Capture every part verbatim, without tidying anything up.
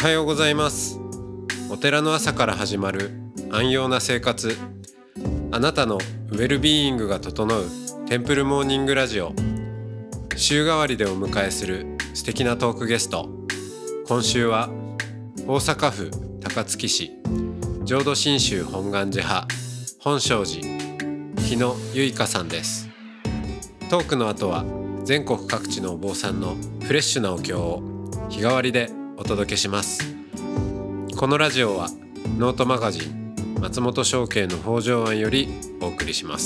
はようございます。お寺の朝から始まる安養な生活、あなたのウェルビーイングが整うテンプルモーニングラジオ。週替わりでお迎えする素敵なトークゲスト。今週は大阪府高槻市浄土真宗本願寺派本證寺日野由香さんです。トークの後は全国各地のお坊さんのフレッシュなお経を日替わりでお届けします。このラジオはノートマガジン松本商家の北条庵よりお送りします。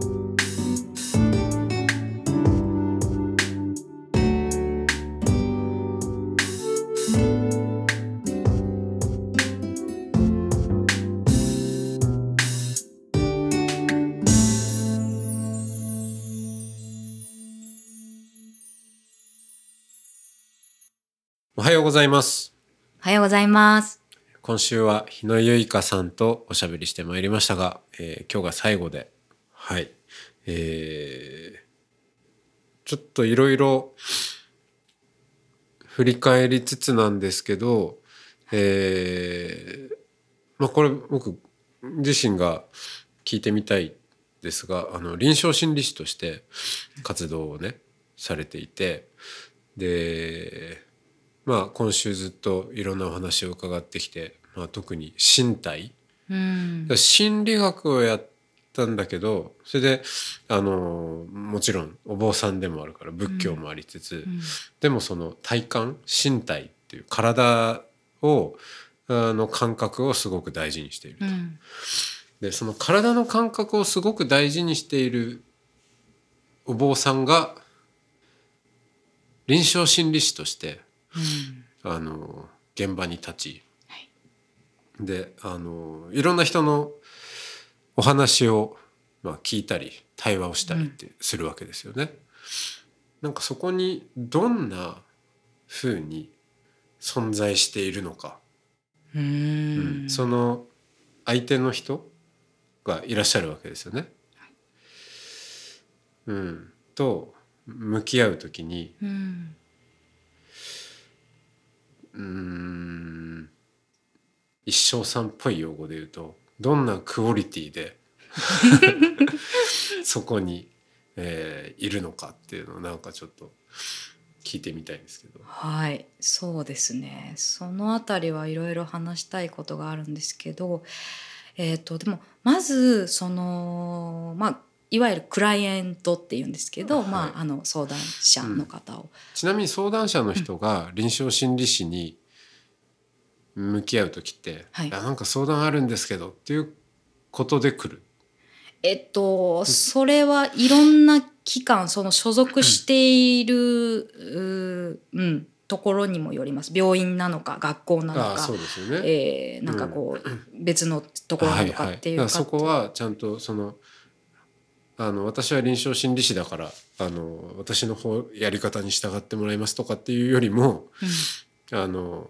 おはようございます。 おはようございます。 今週は日野由香さんとおしゃべりしてまいりましたが、えー、今日が最後で、はい、えー、ちょっといろいろ振り返りつつなんですけど、えー、まあこれ僕自身が聞いてみたいですが、あの臨床心理士として活動をねされていて、でまあ、今週ずっといろんなお話を伺ってきて、まあ、特に身体、うん、心理学をやったんだけど、それであのもちろんお坊さんでもあるから仏教もありつつ、うんうん、でもその体感身体っていう体をあの感覚をすごく大事にしていると、うん、でその体の感覚をすごく大事にしているお坊さんが臨床心理士としてうん、あの現場に立ち、はい、であのいろんな人のお話を、まあ、聞いたり対話をしたりってするわけですよね、うん、なんかそこにどんな風に存在しているのか、うーん、うん、その相手の人がいらっしゃるわけですよね、はい、うん、と向き合うときに、うんうーん一生さんっぽい用語で言うとどんなクオリティでそこに、えー、いるのかっていうのをなんかちょっと聞いてみたいんですけど。 はい、そうですね。そのあたりはいろいろ話したいことがあるんですけど、えーと、でもまずそのまあいわゆるクライエントっていうんですけど、はい、まあ、あの相談者の方を、うん、 ちなみに相談者の人が臨床心理士に向き合う時って、はい、いやなんか相談あるんですけどっていうことで来る。 えっとそれはいろんな機関その所属している、うん、ところにもよります。病院なのか学校なのか、 そうですよね、 えー、なんかこう、うん、別のところなのかっていうか、 はいはい、だからそこはちゃんとそのあの私は臨床心理士だからあの私の方やり方に従ってもらいますとかっていうよりも、うん、あの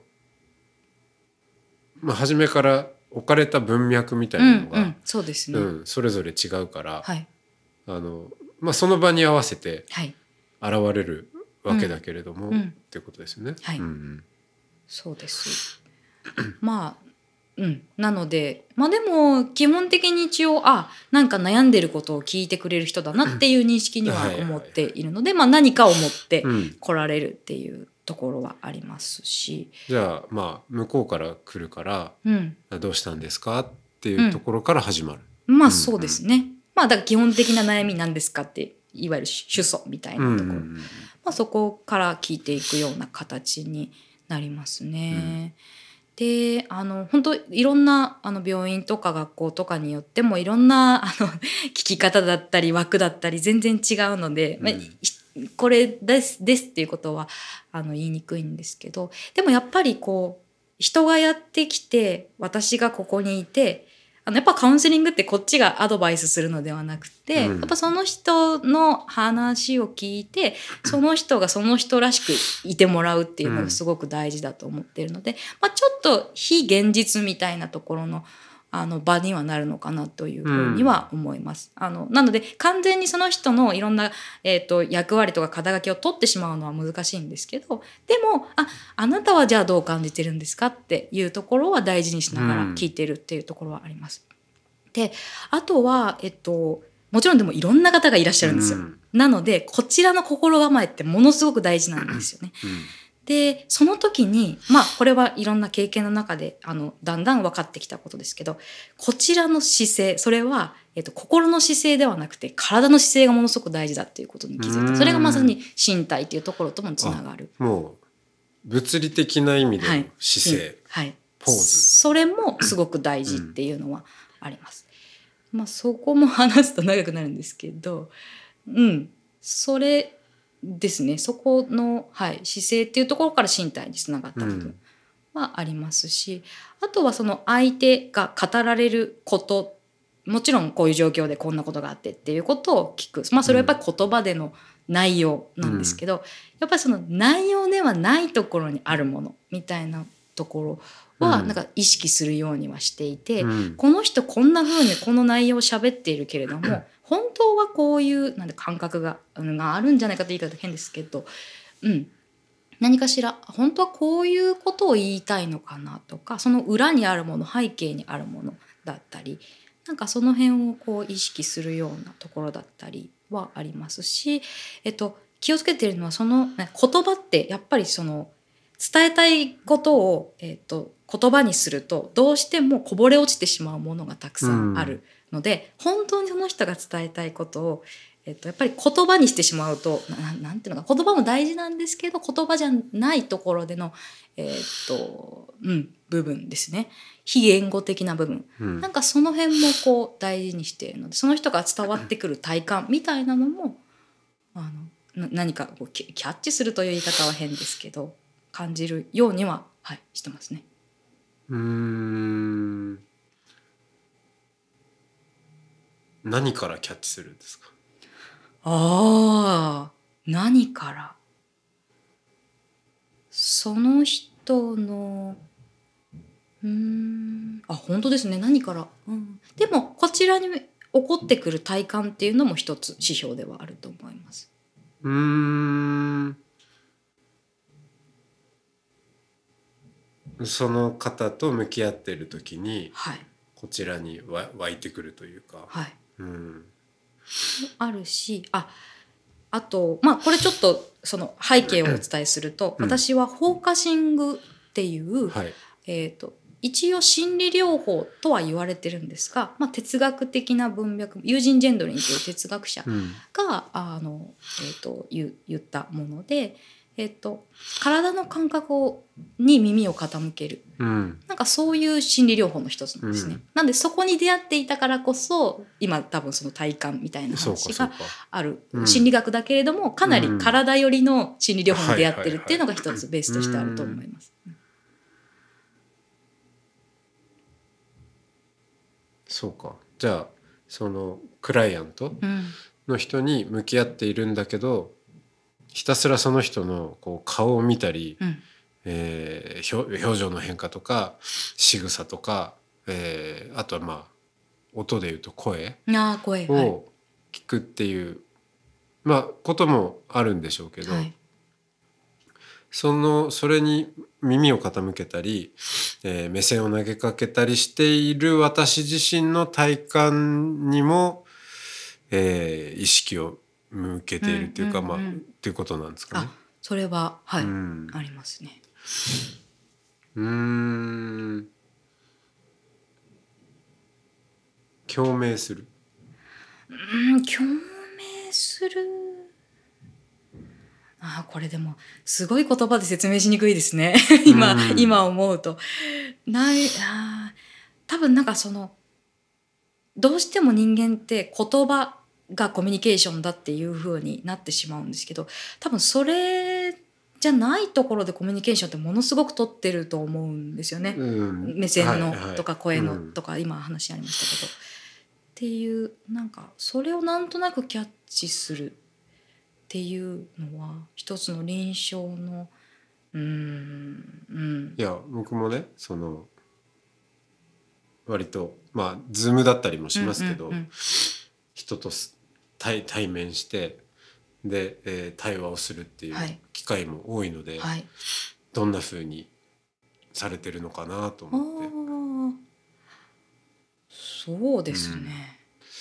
まあ、初めから置かれた文脈みたいなのが、うんうん、 そうですね、 うん、それぞれ違うから、はい、あのまあ、その場に合わせて現れるわけだけれども、はい、うん、っていうことですよね。 はい、うんうん、そうですまあうん、なのでまあでも基本的に一応あなんか悩んでることを聞いてくれる人だなっていう認識には思っているので、まあ、何かを持って来られるっていうところはありますし、 じゃあまあ向こうから来るから、うん、どうしたんですかっていうところから始まる、 うん、まあそうですね、うんうん、まあだから基本的な悩みなんですかっていわゆる主訴みたいなところ、うんうんうん、まあ、そこから聞いていくような形になりますね、うんであの本当いろんなあの病院とか学校とかによってもいろんなあの聞き方だったり枠だったり全然違うので、うんまあ、これですですっていうことはあの言いにくいんですけど、でもやっぱりこう人がやってきて私がここにいてあのやっぱカウンセリングってこっちがアドバイスするのではなくて、うん、やっぱその人の話を聞いてその人がその人らしくいてもらうっていうのがすごく大事だと思っているので、まあ、ちょっと非現実みたいなところのあの場にはなるのかなというふうには思います。うん、あのなので完全にその人のいろんな、えーと、役割とか肩書きを取ってしまうのは難しいんですけど、でもああなたはじゃあどう感じてるんですかっていうところは大事にしながら聞いてるっていうところはあります。うん、であとは、えっと、もちろんでもいろんな方がいらっしゃるんですよ。うん、なのでこちらの心構えってものすごく大事なんですよね。うんでその時にまあこれはいろんな経験の中であのだんだん分かってきたことですけど、こちらの姿勢それは、えっと、心の姿勢ではなくて体の姿勢がものすごく大事だっていうことに気づいた。それがまさに身体っていうところともつながる。 もう物理的な意味での姿勢、 はいはい、 ポーズ、 それもすごく大事っていうのはあります。うん、まあそこも話すと長くなるんですけど、うんそれですね、そこの、はい、姿勢っていうところから身体につながった部分はありますし、うん、あとはその相手が語られること、もちろんこういう状況でこんなことがあってっていうことを聞く、まあ、それはやっぱり言葉での内容なんですけど、うん、やっぱりその内容ではないところにあるものみたいなところはなんか意識するようにはしていて、うん、この人こんな風にこの内容を喋っているけれども本当はこういうなんで感覚が、うん、があるんじゃないかという言い方変ですけど、うん、何かしら本当はこういうことを言いたいのかなとか、その裏にあるもの背景にあるものだったり、なんかその辺をこう意識するようなところだったりはありますし、えっと、気をつけているのはその言葉ってやっぱりその伝えたいことを、えっと、言葉にするとどうしてもこぼれ落ちてしまうものがたくさんあるので、うん、本当にその人が伝えたいことを、えっと、やっぱり言葉にしてしまうと な, なんていうのか、言葉も大事なんですけど言葉じゃないところでの、えっとうん、部分ですね、非言語的な部分、うん、なんかその辺もこう大事にしているので、その人が伝わってくる体感みたいなのもあの何かこうキャッチするという言い方は変ですけど感じるようには、はい、してますね。 うーん、何からキャッチするんですか？ ああ、何から、その人のうーんあ本当ですね、何から、うん、でもこちらに起こってくる体感っていうのも一つ指標ではあると思います。 うーん、その方と向き合っている時に、はい、こちらに湧いてくるというか、 はい、 うん、 あるし、ああとまあこれちょっとその背景をお伝えすると、うん、私はフォーカシングっていう、はい、えーと一応心理療法とは言われてるんですが、まあ、哲学的な文脈、ユージン・ジェンドリンという哲学者が、うん、あの、えー、と 言, 言ったもので、えー、と体の感覚をに耳を傾ける、うん、なんかそういう心理療法の一つなんですね、うん、なんでそこに出会っていたからこそ今多分その体感みたいな話がある、うん、心理学だけれどもかなり体寄りの心理療法に出会ってるっていうのが一つベースとしてあると思います。 そうか、じゃあそのクライアントの人に向き合っているんだけど、うん、ひたすらその人のこう顔を見たり、うん、えー、表, 表情の変化とか仕草とか、えー、あとはまあ音で言うと声を聞くっていう、はい、まあこともあるんでしょうけど、はい、そのそれに耳を傾けたり、えー、目線を投げかけたりしている私自身の体感にも、えー、意識を向けているっていうか、うんうんうん、まあっていうことなんですかね。 あ、それははい、うん、ありますね。 うーん、共鳴する。 うん、共鳴する。あ、これでもすごい言葉で説明しにくいですね今、うん、今思うとないあ多分なんかそのどうしても人間って言葉がコミュニケーションだっていう風になってしまうんですけど、多分それじゃないところでコミュニケーションってものすごく取ってると思うんですよね、うん、目線のとか声のとか、今話ありましたけど、っていうなんかそれをなんとなくキャッチするっていうのは一つの臨床のうーん、うん、 いや僕もねその割とまあズームだったりもしますけど、 うんうんうん、 人と対、対面してで、えー、対話をするっていう機会も多いので、はい、どんな風にされてるのかなと思って。 そうですね、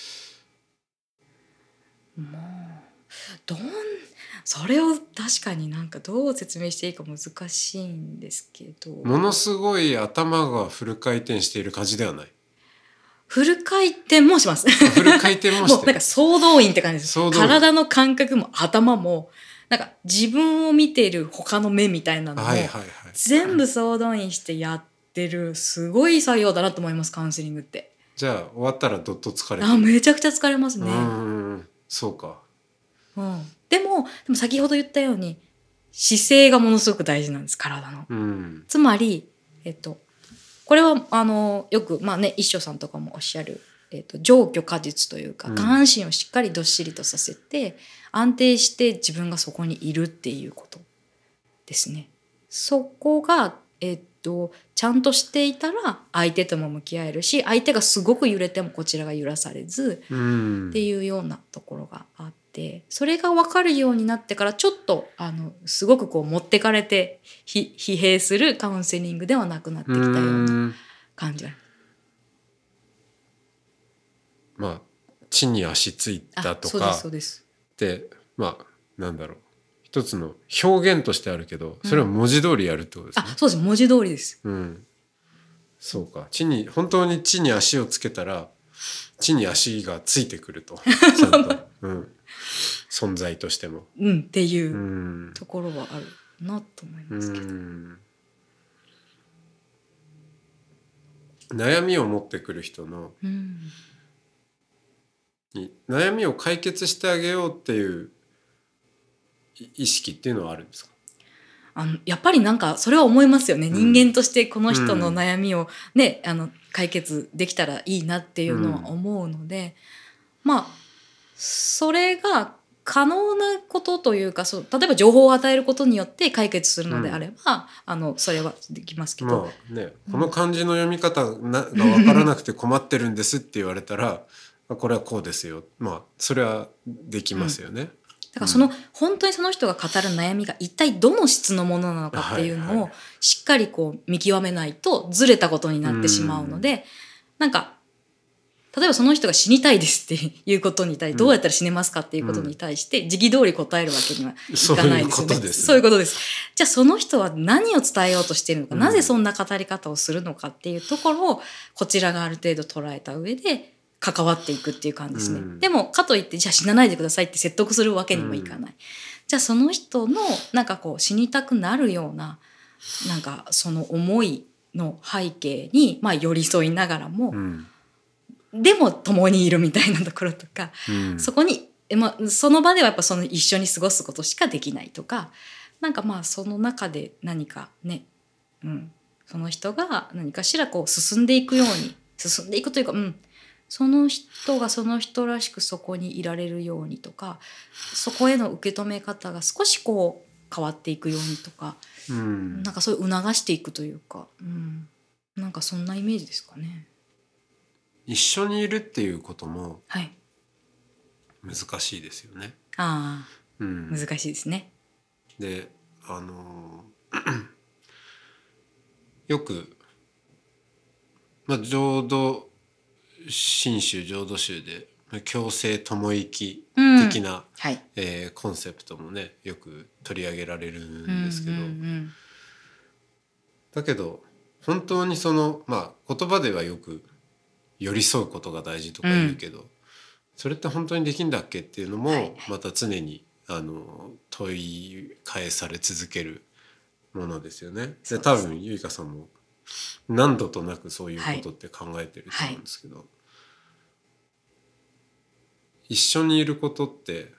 うん、もうどんそれを確かになんかどう説明していいか難しいんですけど、 ものすごい頭がフル回転している感じではない。 フル回転もします。 フル回転もしてる。 もうなんか総動員って感じです。体の感覚も頭もなんか自分を見ている他の目みたいなのも全部総動員してやってるすごい作業だなと思います、カウンセリングって。 じゃあ終わったらどっと疲れてる。 あ、めちゃくちゃ疲れますね。 うん、そうか。 うん、でもでも先ほど言ったように姿勢がものすごく大事なんです、体の。うん、つまりえっとこれはあのよくまあね、一生さんとかもおっしゃる、えー、と上虚下実というか、うん、下半身をしっかりどっしりとさせて安定して自分がそこにいるっていうことですね。そこが、えー、とちゃんとしていたら相手とも向き合えるし、相手がすごく揺れてもこちらが揺らされず、うん、っていうようなところがあって、それが分かるようになってからちょっとあのすごくこう持ってかれてひ疲弊するカウンセリングではなくなってきたような感じがある。 まあ地に足ついたとかで、まあなんだろう、一つの表現としてあるけど、それを文字通りやるってことですね。 うん、あ、そうです、文字通りです。 うん、そうか。地に本当に地に足をつけたら地に足がついてくるとちゃんと、うん、存在としても、 うん、っていうところはあるなと思いますけど、うん、 悩みを持ってくる人の、うん、に悩みを解決してあげようっていう意識っていうのはあるんですか？ あのやっぱりなんかそれは思いますよね、うん、人間としてこの人の悩みを、ね、あの解決できたらいいなっていうのは思うので、うん、まあそれが可能なことというか、そう例えば情報を与えることによって解決するのであれば、うん、あのそれはできますけど、 まあね、この漢字の読み方なが分からなくて困ってるんですって言われたらこれはこうですよ、まあそれはできますよね、うん、 だからその、うん、本当にその人が語る悩みが一体どの質のものなのかっていうのをしっかりこう見極めないとずれたことになってしまうので、うん、なんか例えばその人が死にたいですっていうことに対して、どうやったら死ねますかっていうことに対して時期通り答えるわけにはいかないですよね。そういうことですね。そういうことです。じゃあその人は何を伝えようとしているのか、うん、なぜそんな語り方をするのかっていうところをこちらがある程度捉えた上で関わっていくっていう感じですね、うん、でもかといってじゃあ死なないでくださいって説得するわけにもいかない、うん、じゃあその人のなんかこう死にたくなるようななんかその思いの背景にまあ寄り添いながらも、うん、でも共にいるみたいなところとか、うん、そこに、まあ、その場ではやっぱその一緒に過ごすことしかできないとか、なんかまあその中で何かね、うん、その人が何かしらこう進んでいくように進んでいくというか、うん、その人がその人らしくそこにいられるようにとか、そこへの受け止め方が少しこう変わっていくようにとか、うん、なんかそういう促していくというか、うん、なんかそんなイメージですかね。 一緒にいるっていうことも難しいですよね。 ああ、うん、難しいですね。 で、あのよく、まあ、浄土真宗浄土宗で共生共生的な、うんはいえー、コンセプトもねよく取り上げられるんですけど、うんうんうん、だけど本当にその、まあ、言葉ではよく寄り添うことが大事とか言うけど、うん、それって本当にできんだっけっていうのもまた常にあの問い返され続けるものですよね。で多分ゆいかさんも何度となくそういうことって考えてると思うんですけど、はいはい、一緒にいることって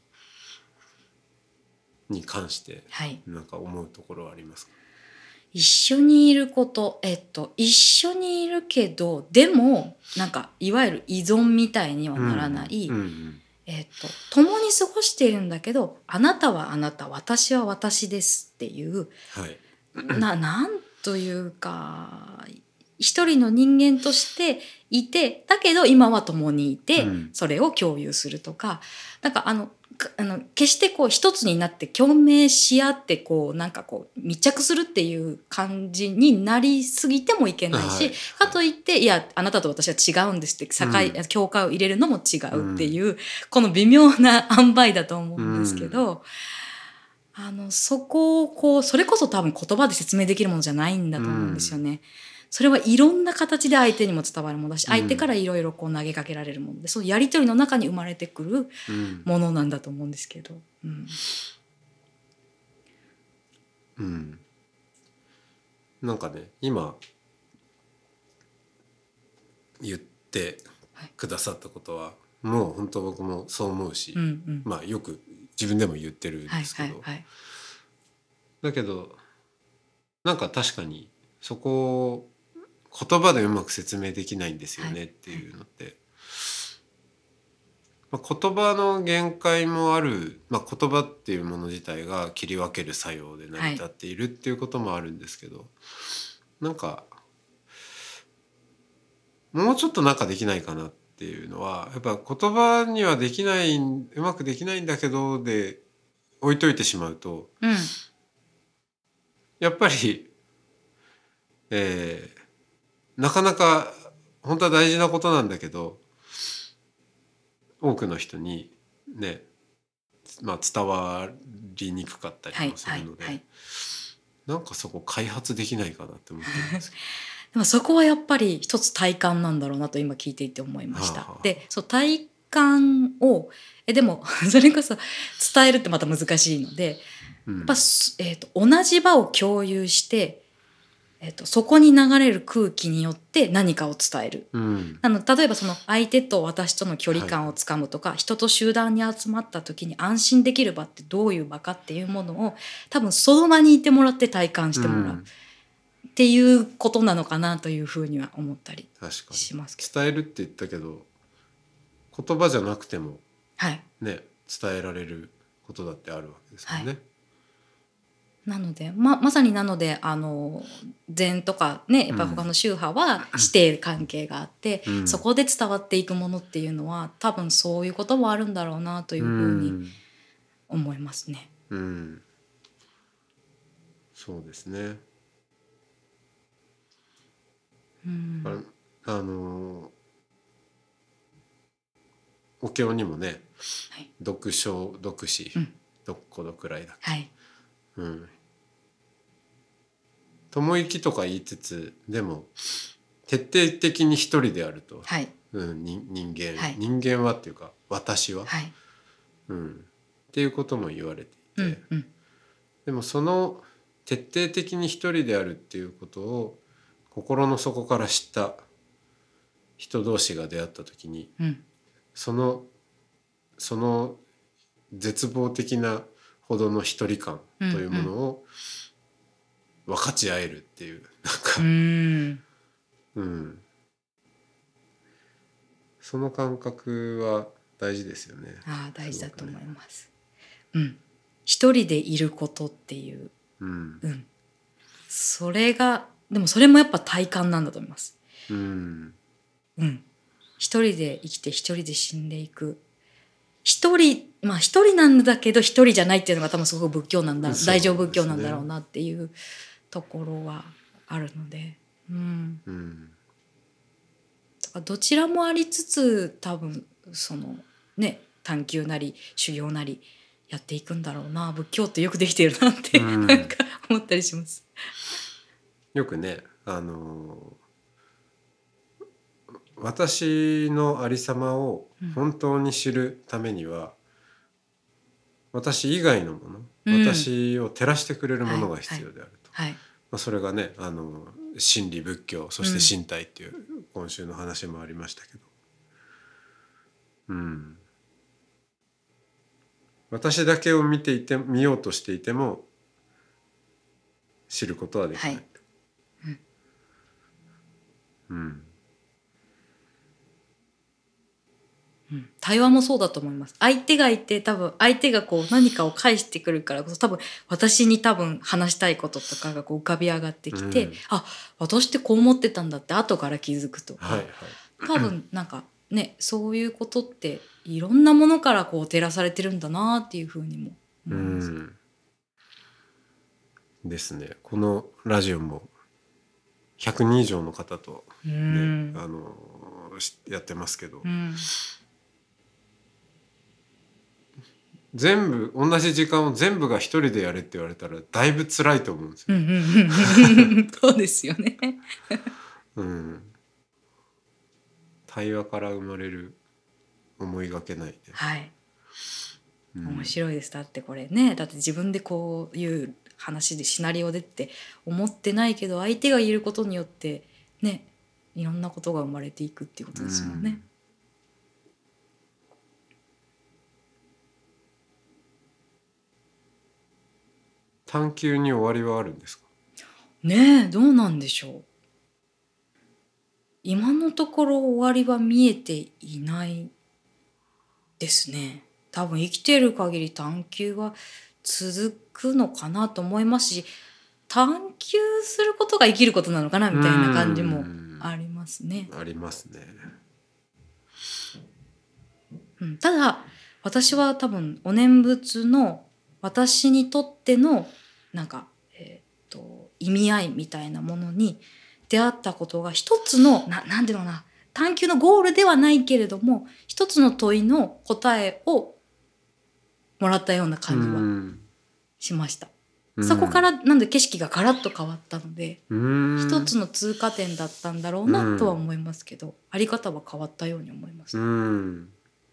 に関してなんか思うところはありますか？ 一緒にいること、えっと、一緒にいるけどでもなんかいわゆる依存みたいにはならない、うんうんうんえっと、共に過ごしているんだけどあなたはあなた私は私ですっていう、はい、な, なんというか一人の人間としていて、だけど今は共にいて、 うん、 それを共有するとか、なんかあの、あの決してこう一つになって共鳴し合ってこうなんかこう密着するっていう感じになりすぎてもいけないし、 はい、 かといっていやあなたと私は違うんですって境、うん、境界を入れるのも違うっていう、うん、この微妙な塩梅だと思うんですけど、うん、あのそこをこうそれこそ多分言葉で説明できるものじゃないんだと思うんですよね。うん、それはいろんな形で相手にも伝わるものだし、相手からいろいろこう投げかけられるもので、そのやり取りの中に生まれてくるものなんだと思うんですけど、うんうん、なんかね今言ってくださったことは、はい、もう本当僕もそう思うし、うんうん、まあよく自分でも言ってるんですけど、はいはいはい、だけどなんか確かにそこを言葉でうまく説明できないんですよねっていうのって、はいはい、まあ、言葉の限界もある、まあ、言葉っていうもの自体が切り分ける作用で成り立っているっていうこともあるんですけど、はい、なんかもうちょっとなんかできないかなっていうのはやっぱ言葉にはできない、うまくできないんだけどで置いといてしまうと、うん、やっぱり、えー、なかなか本当は大事なことなんだけど多くの人にね、まあ、伝わりにくかったりもするので、はいはいはい、なんかそこ開発できないかなって思ってるんですけどでもそこはやっぱり一つ体感なんだろうなと今聞いていて思いました。はあはあ、で、そう体感をえでもそれこそ伝えるってまた難しいので、うん、やっぱ、えーと、同じ場を共有して、えーと、そこに流れる空気によって何かを伝える。うん、なの例えばその相手と私との距離感をつかむとか、はい、人と集団に集まった時に安心できる場ってどういう場かっていうものを多分その場にいてもらって体感してもらう。うんっていうことなのかなというふうには思ったりしますけど。 伝えるって言ったけど言葉じゃなくても、 はいね、伝えられることだってあるわけですもんね。はい、 なので ま, まさになのであの禅とかねやっぱり他の宗派は師弟関係があって、うん、そこで伝わっていくものっていうのは多分そういうこともあるんだろうなというふうに思いますね。 うん、うん、そうですね。うん、あのお経にもね、はい、読書読詩、うん、読古読来だっけ、はい、うん、友行とか言いつつでも徹底的に一人であると、はい、うん、人間、はい、人間はっていうか私は、はい、うん、っていうことも言われていて、うんうん、でもその徹底的に一人であるっていうことを心の底から知った人同士が出会った時に、うん、そのその絶望的なほどの一人感というものを分かち合えるっていう、なんか、うん、うん、その感覚は大事ですよね。 ああ、大事だと思います。うん、一人でいることっていう、うんうん、それがでもそれもやっぱ体感なんだと思います。うん、うん、一人で生きて一人で死んでいく。一人まあ一人なんだけど一人じゃないっていうのが多分すごく仏教なんだ、大乗仏教なんだろうなっていうところはあるので、うんうん、だからどちらもありつつ多分そのね探求なり修行なりやっていくんだろうな。仏教ってよくできてるなって、うん、なんか思ったりします。 よくね、あの私のありさまを本当に知るためには、うん、私以外のもの、うん、私を照らしてくれるものが必要であると、はいはいはい、まあ、それがねあの真理仏教そして身体っていう、うん、今週の話もありましたけど、うん、私だけを見ていて見ようとしていても知ることはできない、はい、うんうん、 うん、対話もそうだと思います。相手がいて多分相手がこう何かを返してくるからこそ多分私に多分話したいこととかがこう浮かび上がってきて、うん、あ、私ってこう思ってたんだって後から気づくとか、はいはい、多分なんかねそういうことっていろんなものからこう照らされてるんだなっていうふうにも思います。 うんですね。このラジオもひゃくにん以上の方と、ね、うん、あのやってますけど、うん、全部同じ時間を全部が一人でやれって言われたらだいぶ辛いと思うんですよ、うんうんうん、そうですよね、 うん、対話から生まれる思いがけないね、 はい、うん、面白いです。だってこれね、だって自分でこういう話でシナリオでって思ってないけど相手がいることによってねいろんなことが生まれていくっていうことですもんね、うん、 探求に終わりはあるんですかねえ、どうなんでしょう。今のところ終わりは見えていないですね。多分生きている限り探求は続くのかなと思いますし、探求することが生きることなのかなみたいな感じもありますね。 ありますね、 うん、ただ私は多分お念仏の私にとってのなんか、えー、と意味合いみたいなものに出会ったことが一つの な, なんていうのかな探求のゴールではないけれども一つの問いの答えをもらったような感じはしました。そこからなんで景色がガラッと変わったので一つの通過点だったんだろうなとは思いますけど、あり方は変わったように思います。 うん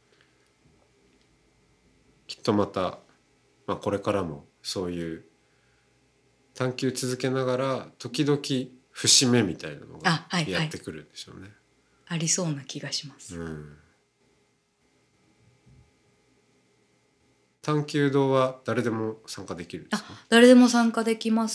きっとまた、まあ、これからもそういう探求続けながら時々節目みたいなのがやってくるんでしょうね。あ、はいはい、 ありそうな気がします、うん、 探求堂は誰でも参加できるんですか？ あ、誰でも参加できます。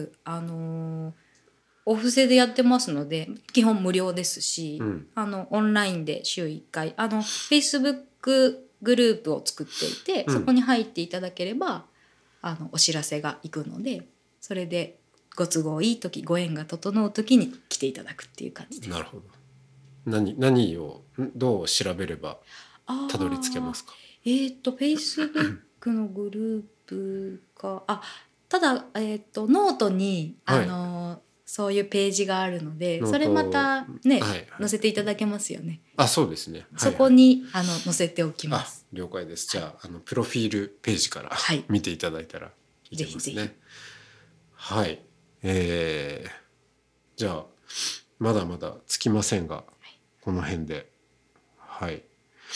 あのお布施でやってますので基本無料ですし、うん、あのオンラインで週いっかいあの Facebook グループを作っていて、うん、そこに入っていただければあのお知らせがいくのでそれでご都合いい時ご縁が整う時に来ていただくっていう感じです。 なるほど。何、何をどう調べればたどり着けますか？ えーと Facebook のグループかあただ、えーとノートに、はい、あのそういうページがあるのでそれまたね、はいはい、載せていただけますよね。 あ、そうですね、はいはい、 そこにあの載せておきます。 あ、了解です。じゃあ、はい、あのプロフィールページから見ていただいたらいけますね、はい、ぜひぜひ。はい、えー、じゃあまだまだつきませんが、はい、この辺ではい。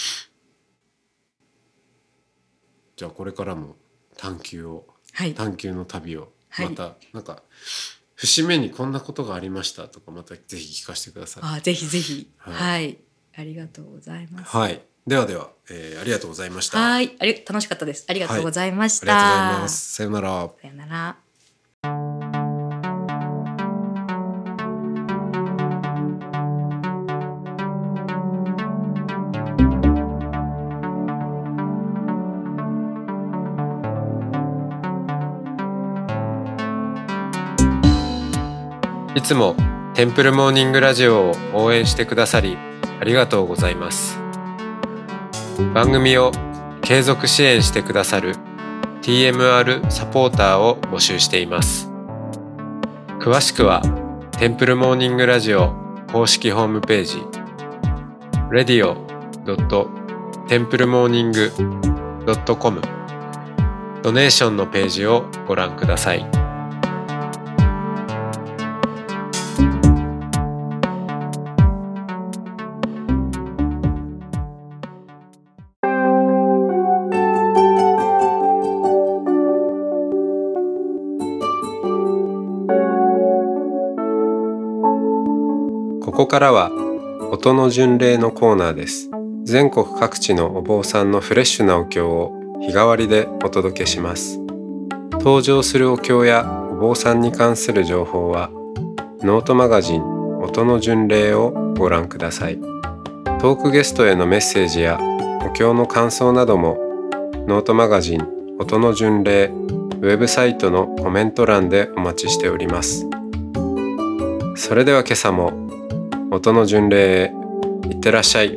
じゃあこれからも探求を、はい、探求の旅をまた、はい、なんか節目にこんなことがありましたとかまたぜひ聞かせてください。 あ、ぜひぜひ、はい、はい、ありがとうございます。 はい、ではでは、えー、ありがとうございました。 はい、あり楽しかったです。ありがとうございました。 はい、ありがとうございます。さよなら。 さよなら。 いつもテンプルモーニングラジオを応援してくださりありがとうございます。番組を継続支援してくださる ティーエムアール サポーターを募集しています。詳しくはテンプルモーニングラジオ公式ホームページ レディオ ドット テンプルモーニング ドット コム ドネーションのページをご覧ください。ここからは音の巡礼のコーナーです。全国各地のお坊さんのフレッシュなお経を日替わりでお届けします。登場するお経やお坊さんに関する情報はノートマガジン音の巡礼をご覧ください。トークゲストへのメッセージやお経の感想などもノートマガジン音の巡礼ウェブサイトのコメント欄でお待ちしております。それでは今朝も音の巡礼へいってらっしゃい。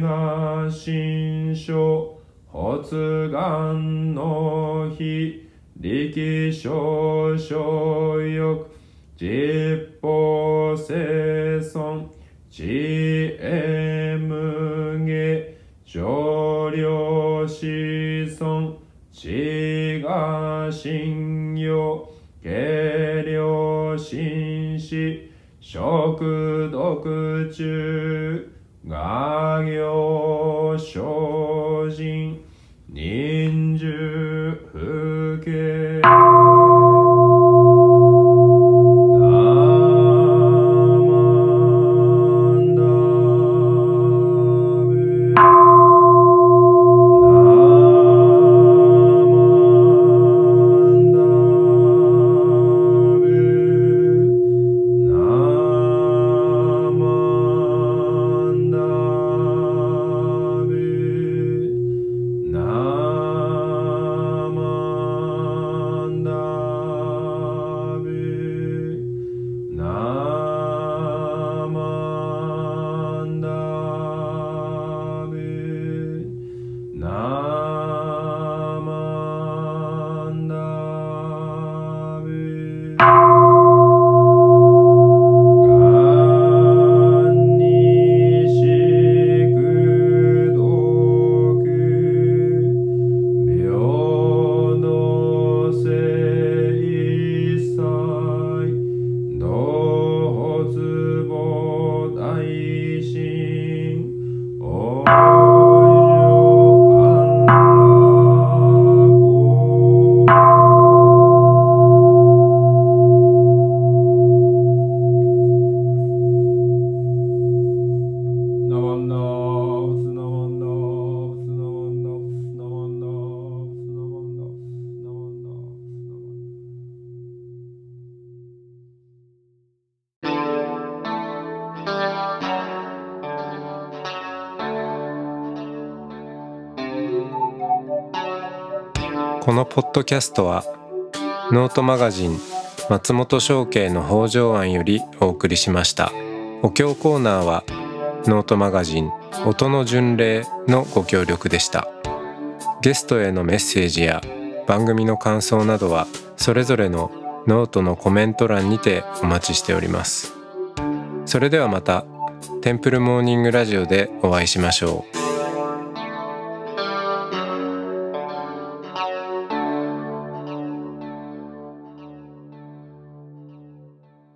発願の日力少々欲実法生存知恵無下少量子孫知が信用軽量心死食毒中画行精進忍術不敬このポッドキャストはノートマガジン松本商家の北条庵よりお送りしました。お経コーナーはノートマガジン音の巡礼のご協力でした。ゲストへのメッセージや番組の感想などはそれぞれのノートのコメント欄にてお待ちしております。それではまたテンプルモーニングラジオでお会いしましょう。